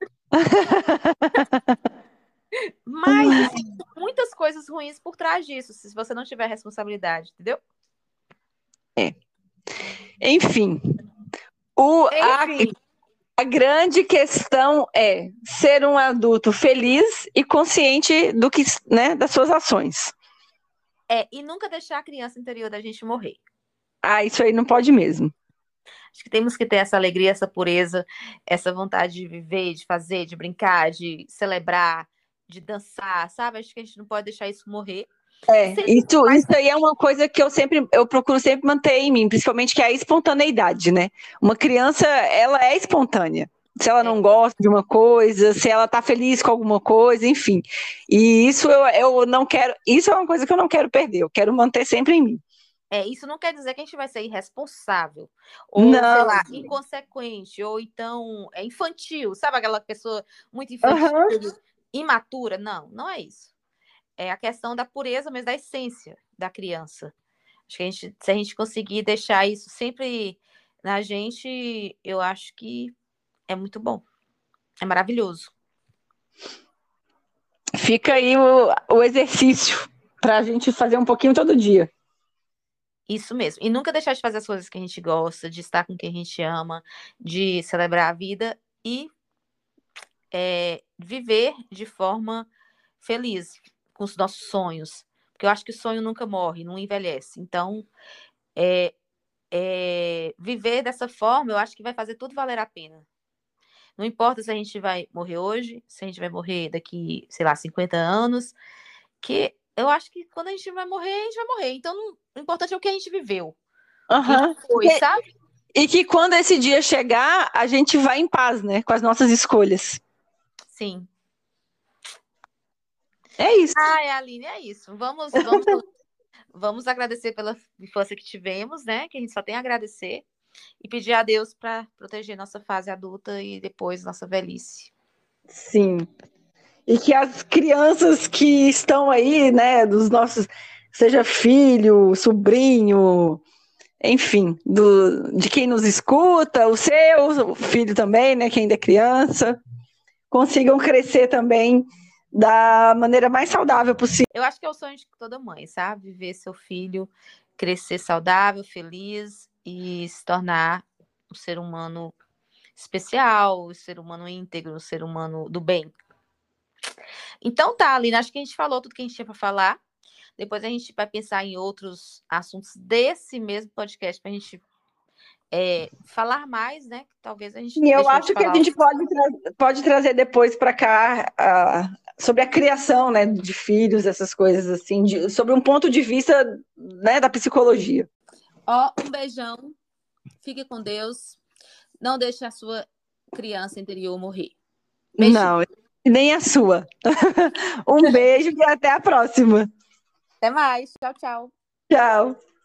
mas existem muitas coisas ruins por trás disso, se você não tiver responsabilidade, entendeu? É. Enfim, o, a, Enfim, a grande questão é ser um adulto feliz e consciente do que, né, das suas ações. é, e nunca deixar a criança interior da gente morrer. Ah, isso aí não pode mesmo. Acho que temos que ter essa alegria, essa pureza, essa vontade de viver, de fazer, de brincar, de celebrar, de dançar, sabe? Acho que a gente não pode deixar isso morrer. É, Sempre isso, faz isso aí é uma coisa que eu sempre, eu procuro sempre manter em mim, principalmente que é a espontaneidade, né? Uma criança, ela é espontânea. Se ela é, não gosta de uma coisa, se ela tá feliz com alguma coisa, enfim. E isso eu, eu não quero, isso é uma coisa que eu não quero perder, eu quero manter sempre em mim. é, isso não quer dizer que a gente vai ser irresponsável, ou, sei Não. lá, inconsequente, ou então é infantil, sabe aquela pessoa muito infantil, Aham. imatura? Não, não é isso. É a questão da pureza, mas da essência da criança. Acho que a gente, se a gente conseguir deixar isso sempre na gente, eu acho que é muito bom. É maravilhoso. Fica aí o, o exercício para a gente fazer um pouquinho todo dia. Isso mesmo. E nunca deixar de fazer as coisas que a gente gosta, de estar com quem a gente ama, de celebrar a vida e é, viver de forma feliz com os nossos sonhos. Porque eu acho que o sonho nunca morre, não envelhece. Então, é, é, viver dessa forma, eu acho que vai fazer tudo valer a pena. Não importa se a gente vai morrer hoje, se a gente vai morrer daqui, sei lá, cinquenta anos, que eu acho que quando a gente vai morrer, a gente vai morrer. Então, não, o importante é o que a gente viveu. O que a Aham. gente foi, E, sabe? e que quando esse dia chegar, a gente vai em paz, né? Com as nossas escolhas. Sim. É isso. Ai, Aline, é isso. Vamos, vamos, vamos agradecer pela infância que tivemos, né? Que a gente só tem a agradecer. E pedir a Deus para proteger nossa fase adulta e depois nossa velhice. Sim. E que as crianças que estão aí, né, dos nossos, seja filho, sobrinho, enfim, do, de quem nos escuta, o seu filho também, né, que ainda é criança, consigam crescer também da maneira mais saudável possível. Eu acho que é o sonho de toda mãe, sabe? Ver seu filho crescer saudável, feliz e se tornar um ser humano especial, um ser humano íntegro, um ser humano do bem. Então tá, Aline, acho que a gente falou tudo que a gente tinha para falar. Depois a gente vai pensar em outros assuntos desse mesmo podcast para a gente é, falar mais, né? Talvez a gente E eu deixou de acho que a falar. gente pode, tra pode trazer depois para cá uh, sobre a criação, né, de filhos, essas coisas assim, de, sobre um ponto de vista, né, da psicologia. Ó, um beijão. Fique com Deus. Não deixe a sua criança interior morrer. Beijinho. Não, nem a sua. Um beijo e até a próxima. Até mais. Tchau, tchau. Tchau.